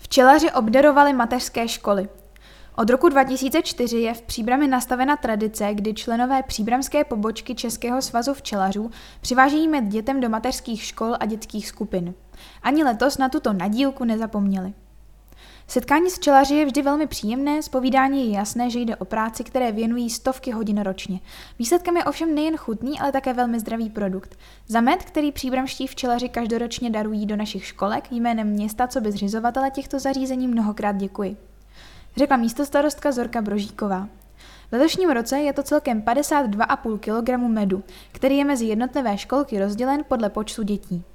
Včelaři obdarovali mateřské školy. Od roku 2004 je v Příbrami nastavena tradice, kdy členové příbramské pobočky Českého svazu včelařů přivážejí med dětem do mateřských škol a dětských skupin. Ani letos na tuto nadílku nezapomněli. Setkání s včelaři je vždy velmi příjemné, z povídání je jasné, že jde o práci, které věnují stovky hodin ročně. Výsledkem je ovšem nejen chutný, ale také velmi zdravý produkt. Za med, který příbramští včelaři každoročně darují do našich školek, jménem města coby zřizovatele těchto zařízení mnohokrát děkuji, řekla místostarostka Zorka Brožíková. V letošním roce je to celkem 52,5 kg medu, který je mezi jednotlivé školky rozdělen podle počtu dětí.